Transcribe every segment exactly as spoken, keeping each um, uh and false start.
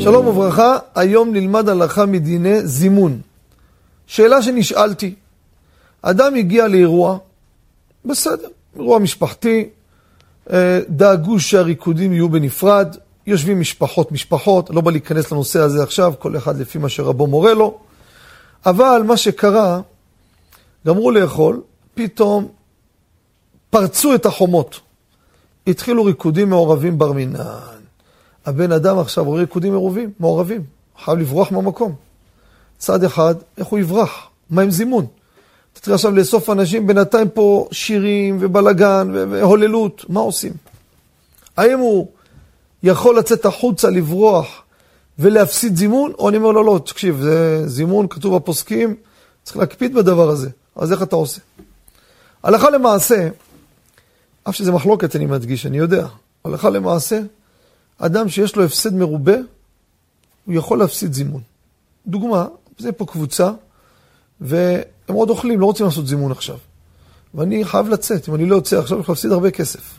שלום וברכה, היום נלמד הלכה מדיני זימון. שאלה שנשאלתי, אדם הגיע לאירוע, בסדר, אירוע משפחתי, דאגו שהריקודים יהיו בנפרד, יושבים משפחות משפחות, לא בא להיכנס לנושא הזה עכשיו, כל אחד לפי מה שרבו מורה לו, אבל מה שקרה, גמרו לאכול, פתאום פרצו את החומות, התחילו ריקודים מעורבים בר מינן. הבן אדם עכשיו רואה ריקודים מעורבים, מעורבים, חייב לברוח מהמקום. צד אחד, איך הוא יברח? מה עם זימון? אתה תראה עכשיו לאסוף אנשים, בינתיים פה שירים ובלגן והוללות, מה עושים? האם הוא יכול לצאת החוצה, לברוח ולהפסיד זימון? או אני אומר לו, לא, תקשיב, זה זימון, כתוב בפוסקים, צריך להקפיד בדבר הזה. אז איך אתה עושה? הלכה למעשה, אף שזה מחלוקת אני מדגיש, אני יודע, הלכה למעשה, אדם שיש לו הפסד מרובה, הוא יכול להפסיד זימון. דוגמה, זה פה קבוצה, והם עוד אוכלים, לא רוצים לעשות זימון עכשיו. ואני חייב לצאת, אם אני לא יוצא עכשיו, אני יכול להפסיד הרבה כסף.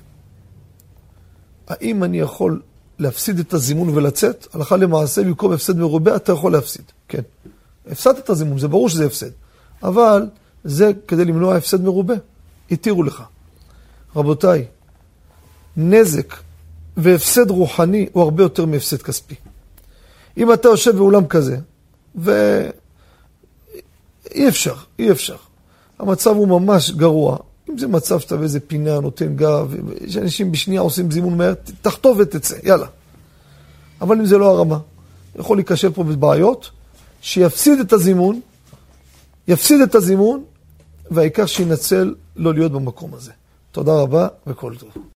האם אני יכול להפסיד את הזימון ולצאת? הלכה למעשה, במקום הפסד מרובה, אתה יכול להפסיד. כן. הפסדת את הזימון, זה ברור שזה הפסד. אבל זה כדי למנוע הפסד מרובה. התירו לך. רבותיי, נזק והפסד רוחני הוא הרבה יותר מהפסד כספי. אם אתה יושב באולם כזה, ואי אפשר, אי אפשר. המצב הוא ממש גרוע. אם זה מצב שאתה באיזה פינה, נותן גב, שאנשים בשנייה עושים זימון מהר, תחטוב ותצא, יאללה. אבל אם זה לא הרמה, יכול להיקשר פה בבעיות, שיפסיד את הזימון, יפסיד את הזימון, והעיקר שינצל לא להיות במקום הזה. תודה רבה וכל טוב.